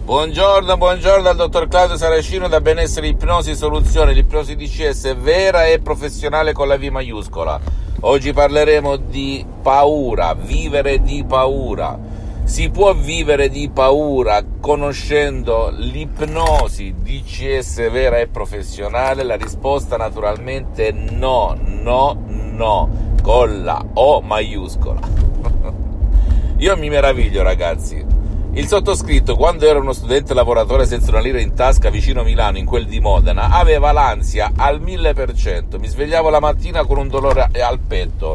Buongiorno al dottor Claudio Saracino da Benessere Ipnosi Soluzione, l'ipnosi DCS vera e professionale con la V maiuscola. Oggi parleremo di paura, vivere di paura. Si può vivere di paura conoscendo l'ipnosi DCS vera e professionale? La risposta naturalmente no, con la O maiuscola. Io mi meraviglio, ragazzi. Il sottoscritto, quando era uno studente lavoratore senza una lira in tasca vicino Milano, in quel di Modena, aveva l'ansia al 1000%. Mi svegliavo la mattina con un dolore al petto.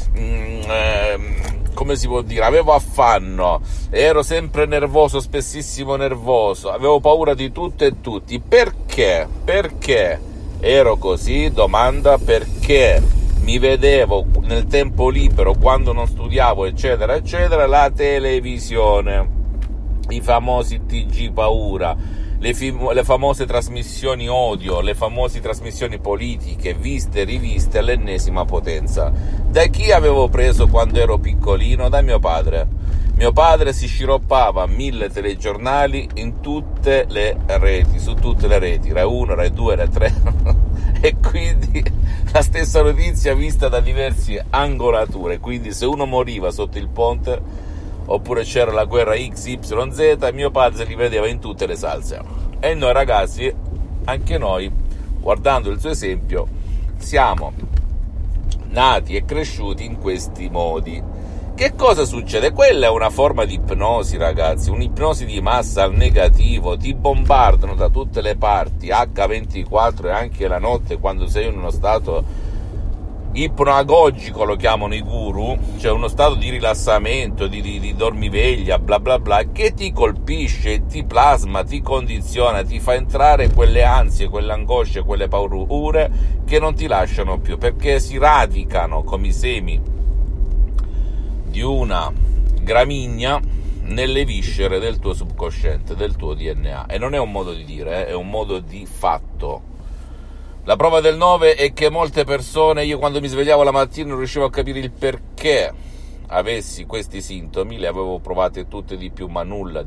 Come si può dire? Avevo affanno, ero sempre nervoso, spessissimo nervoso, avevo paura di tutto e tutti. Perché? Perché ero così? Domanda: perché mi vedevo nel tempo libero, quando non studiavo, eccetera, eccetera, la televisione, i famosi TG paura, le famose trasmissioni odio, le famose trasmissioni politiche, viste e riviste all'ennesima potenza. Da chi avevo preso quando ero piccolino? Da mio padre. Mio padre si sciroppava 1000 telegiornali in tutte le reti, su tutte le reti, Rai 1, Rai 2, Rai 3, e quindi la stessa notizia vista da diverse angolature. Quindi se uno moriva sotto il ponte, oppure c'era la guerra XYZ, mio padre li vedeva in tutte le salse. E noi ragazzi, anche noi, guardando il suo esempio, siamo nati e cresciuti in questi modi. Che cosa succede? Quella è una forma di ipnosi, ragazzi, un'ipnosi di massa al negativo. Ti bombardano da tutte le parti, H24, e anche la notte quando sei in uno stato ipnoagogico, lo chiamano i guru, cioè uno stato di rilassamento, di dormiveglia, bla bla bla, che ti colpisce, ti plasma, ti condiziona, ti fa entrare quelle ansie, quelle angosce, quelle paure che non ti lasciano più, perché si radicano come i semi di una gramigna nelle viscere del tuo subconsciente, del tuo DNA. E non è un modo di dire, è un modo di fatto. La prova del 9 è che molte persone, io quando mi svegliavo la mattina non riuscivo a capire il perché avessi questi sintomi, le avevo provate tutte di più, ma nulla.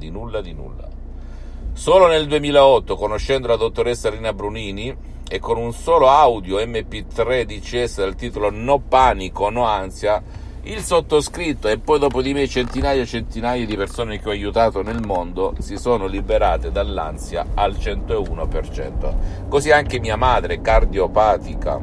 Solo nel 2008, conoscendo la dottoressa Rina Brunini, e con un solo audio MP3 DCS dal titolo No panico, no ansia, il sottoscritto e poi dopo di me centinaia e centinaia di persone che ho aiutato nel mondo si sono liberate dall'ansia al 101%. Così anche mia madre, cardiopatica,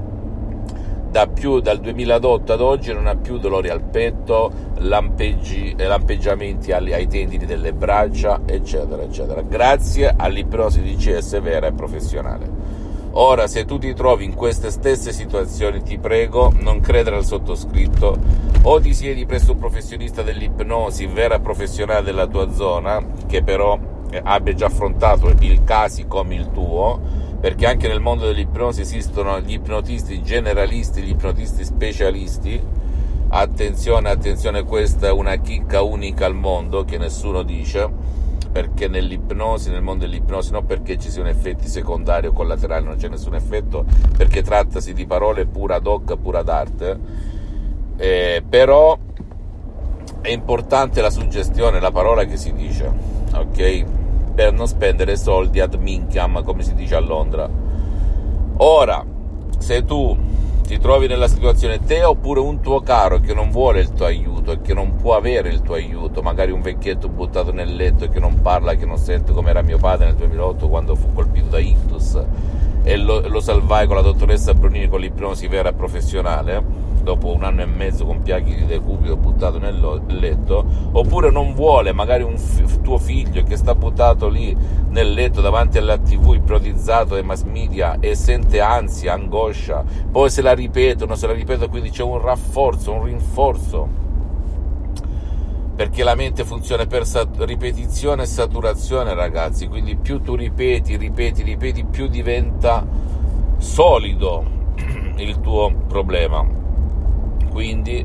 dal 2008 ad oggi non ha più dolori al petto, lampeggiamenti ai tendini delle braccia, eccetera, eccetera, grazie all'ipnosi DCS vera e professionale. Ora, se tu ti trovi in queste stesse situazioni, ti prego, non credere al sottoscritto, o ti siedi presso un professionista dell'ipnosi vera e professionale della tua zona, che però abbia già affrontato i casi come il tuo, perché anche nel mondo dell'ipnosi esistono gli ipnotisti generalisti, gli ipnotisti specialisti. Attenzione, questa è una chicca unica al mondo che nessuno dice, perché nel mondo dell'ipnosi, non perché ci siano effetti secondari o collaterali, non c'è nessun effetto, perché trattasi di parole pura ad hoc, pura d'arte, però è importante la suggestione, la parola che si dice, ok? Per non spendere soldi ad minchiam, come si dice a Londra. Ora, se tu ti trovi nella situazione, te oppure un tuo caro che non vuole il tuo aiuto e che non può avere il tuo aiuto, magari un vecchietto buttato nel letto e che non parla, che non sente, come era mio padre nel 2008 quando fu colpito da ictus, e lo salvai con la dottoressa Brunini, con l'ipnosi vera e professionale, dopo 1 anno e mezzo con piaghe di decubito buttato nel letto. Oppure non vuole, magari un tuo figlio che sta buttato lì nel letto davanti alla TV, ipnotizzato dai mass media, e sente ansia, angoscia, poi se la ripetono, quindi c'è un rinforzo, perché la mente funziona per ripetizione e saturazione, ragazzi. Quindi più tu ripeti, più diventa solido il tuo problema. Quindi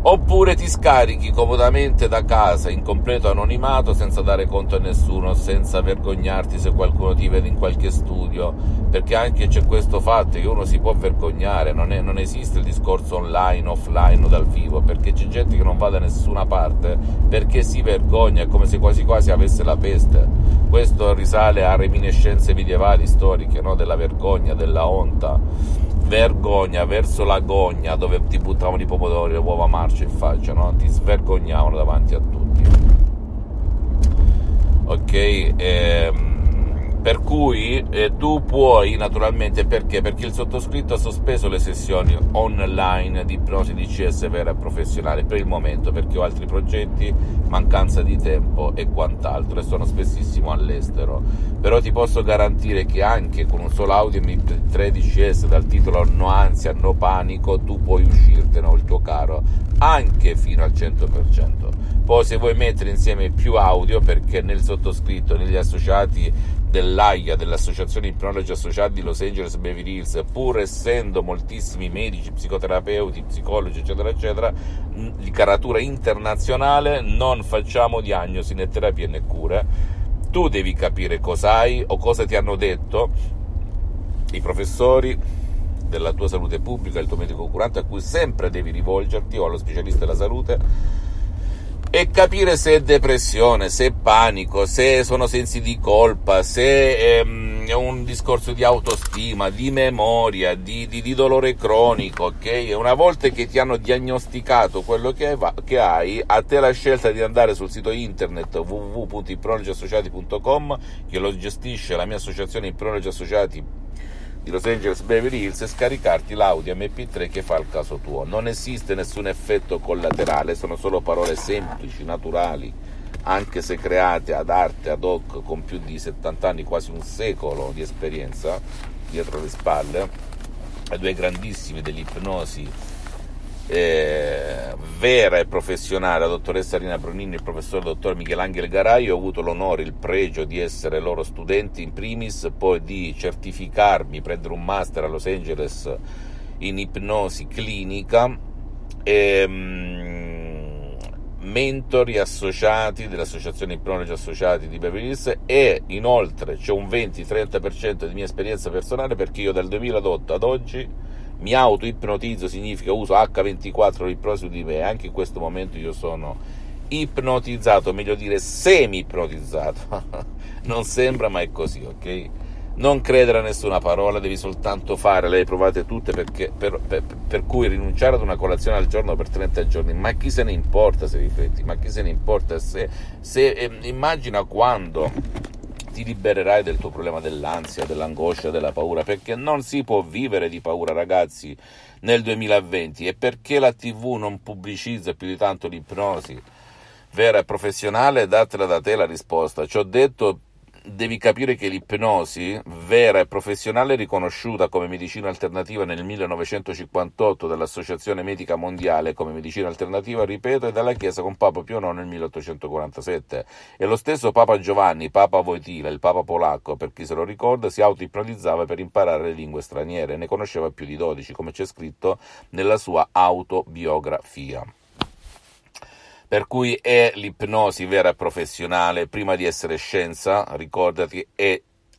Oppure ti scarichi comodamente da casa in completo anonimato, senza dare conto a nessuno, senza vergognarti se qualcuno ti vede in qualche studio, perché anche c'è questo fatto che uno si può vergognare, non esiste il discorso online, offline o dal vivo, perché c'è gente che non va da nessuna parte perché si vergogna, è come se quasi quasi avesse la peste. Questo risale a reminiscenze medievali storiche, no? Della vergogna, della onta. Vergogna verso la gogna, dove ti buttavano i pomodori e le uova marce in faccia, no? Ti svergognavano davanti a tutti. Ok, per cui tu puoi naturalmente, perché il sottoscritto ha sospeso le sessioni online di ipnosi DCS vera e professionale per il momento, perché ho altri progetti, mancanza di tempo e quant'altro, e sono spessissimo all'estero. Però ti posso garantire che anche con un solo audio MP3 DCS dal titolo No ansia, no panico, tu puoi uscirtene, il tuo caro, anche fino al 100%. Poi se vuoi mettere insieme più audio, perché nel sottoscritto, negli associati dell'AIA, dell'Associazione Ipnologi Associati di Los Angeles Beverly Hills, pur essendo moltissimi medici, psicoterapeuti, psicologi, eccetera, eccetera, di caratura internazionale, non facciamo diagnosi né terapie né cure. Tu devi capire cosa hai o cosa ti hanno detto i professori della tua salute pubblica, il tuo medico curante, a cui sempre devi rivolgerti, o allo specialista della salute, e capire se è depressione, se è panico, se sono sensi di colpa, se è un discorso di autostima, di memoria, di dolore cronico, ok? E una volta che ti hanno diagnosticato quello che hai, a te la scelta di andare sul sito internet www.ipnologiassociati.com, che lo gestisce la mia associazione Ipnologi Associati di Los Angeles Beverly Hills, e scaricarti l'audio MP3 che fa il caso tuo. Non esiste nessun effetto collaterale, sono solo parole semplici, naturali, anche se create ad arte, ad hoc, con più di 70 anni, quasi un secolo di esperienza dietro le spalle, a due grandissimi dell'ipnosi vera e professionale, la dottoressa Rina Bronini e il professor dottor Michelangelo Garai. Ho avuto l'onore, il pregio di essere loro studenti in primis, poi di certificarmi, prendere un master a Los Angeles in ipnosi clinica, e mentori associati dell'Associazione Ipnologi Associati di Beverly Hills, e inoltre c'è un 20-30% di mia esperienza personale, perché io dal 2008 ad oggi mi auto-ipnotizzo, significa uso H24 l'ipnosi su di me. Anche in questo momento io sono ipnotizzato, meglio dire semi-ipnotizzato. Non sembra, ma è così, ok? Non credere a nessuna parola, devi soltanto fare, le hai provate tutte, perché per cui rinunciare ad una colazione al giorno per 30 giorni, ma chi se ne importa se rifletti? Ma chi se ne importa se immagina quando ti libererai del tuo problema dell'ansia, dell'angoscia, della paura, perché non si può vivere di paura, ragazzi, nel 2020. E perché la TV non pubblicizza più di tanto l'ipnosi vera e professionale? Datela da te la risposta. Ci ho detto, devi capire che l'ipnosi vera e professionale, riconosciuta come medicina alternativa nel 1958 dall'Associazione Medica Mondiale come medicina alternativa, ripeto, e dalla Chiesa con Papa Pio IX nel 1847. E lo stesso Papa Giovanni, Papa Wojtyla, il Papa polacco, per chi se lo ricorda, si auto-ipnotizzava per imparare le lingue straniere, ne conosceva più di 12, come c'è scritto nella sua autobiografia. Per cui è l'ipnosi vera e professionale, prima di essere scienza, ricordati, è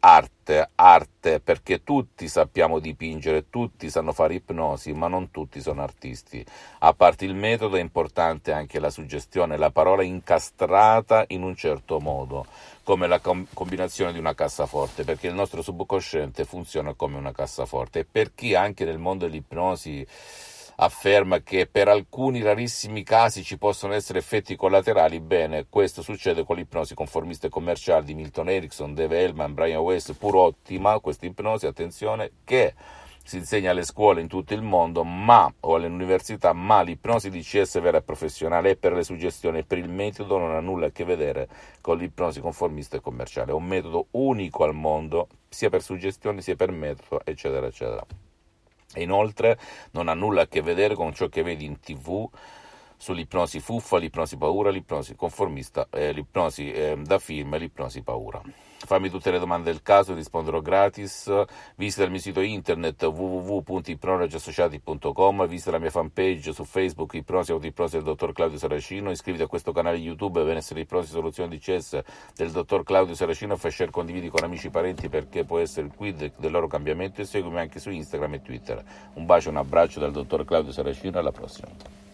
arte, perché tutti sappiamo dipingere, tutti sanno fare ipnosi, ma non tutti sono artisti. A parte il metodo, è importante anche la suggestione, la parola incastrata in un certo modo, come la combinazione di una cassaforte, perché il nostro subconsciente funziona come una cassaforte. E per chi anche nel mondo dell'ipnosi afferma che per alcuni rarissimi casi ci possono essere effetti collaterali, bene, questo succede con l'ipnosi conformista e commerciale di Milton Erickson, Dave Hellman, Brian Weiss, pur ottima questa ipnosi, attenzione, che si insegna alle scuole in tutto il mondo, o alle università, ma l'ipnosi DCS vera e professionale è per le suggestioni e per il metodo, non ha nulla a che vedere con l'ipnosi conformista e commerciale. È un metodo unico al mondo, sia per suggestioni sia per metodo, eccetera, eccetera. E inoltre non ha nulla a che vedere con ciò che vedi in TV, sull'ipnosi fuffa, l'ipnosi paura, l'ipnosi conformista, l'ipnosi da film e l'ipnosi paura. Fammi tutte le domande del caso, risponderò gratis. Visita il mio sito internet www.ipnologiassociati.com, visita la mia fanpage su Facebook Ipnosi Autoipnosi del dottor Claudio Saracino, iscriviti a questo canale YouTube Benessere Ipnosi Soluzione DCS del dottor Claudio Saracino, fai share, condividi con amici e parenti perché può essere il quid del loro cambiamento, e seguimi anche su Instagram e Twitter. Un bacio e un abbraccio dal dottor Claudio Saracino, alla prossima.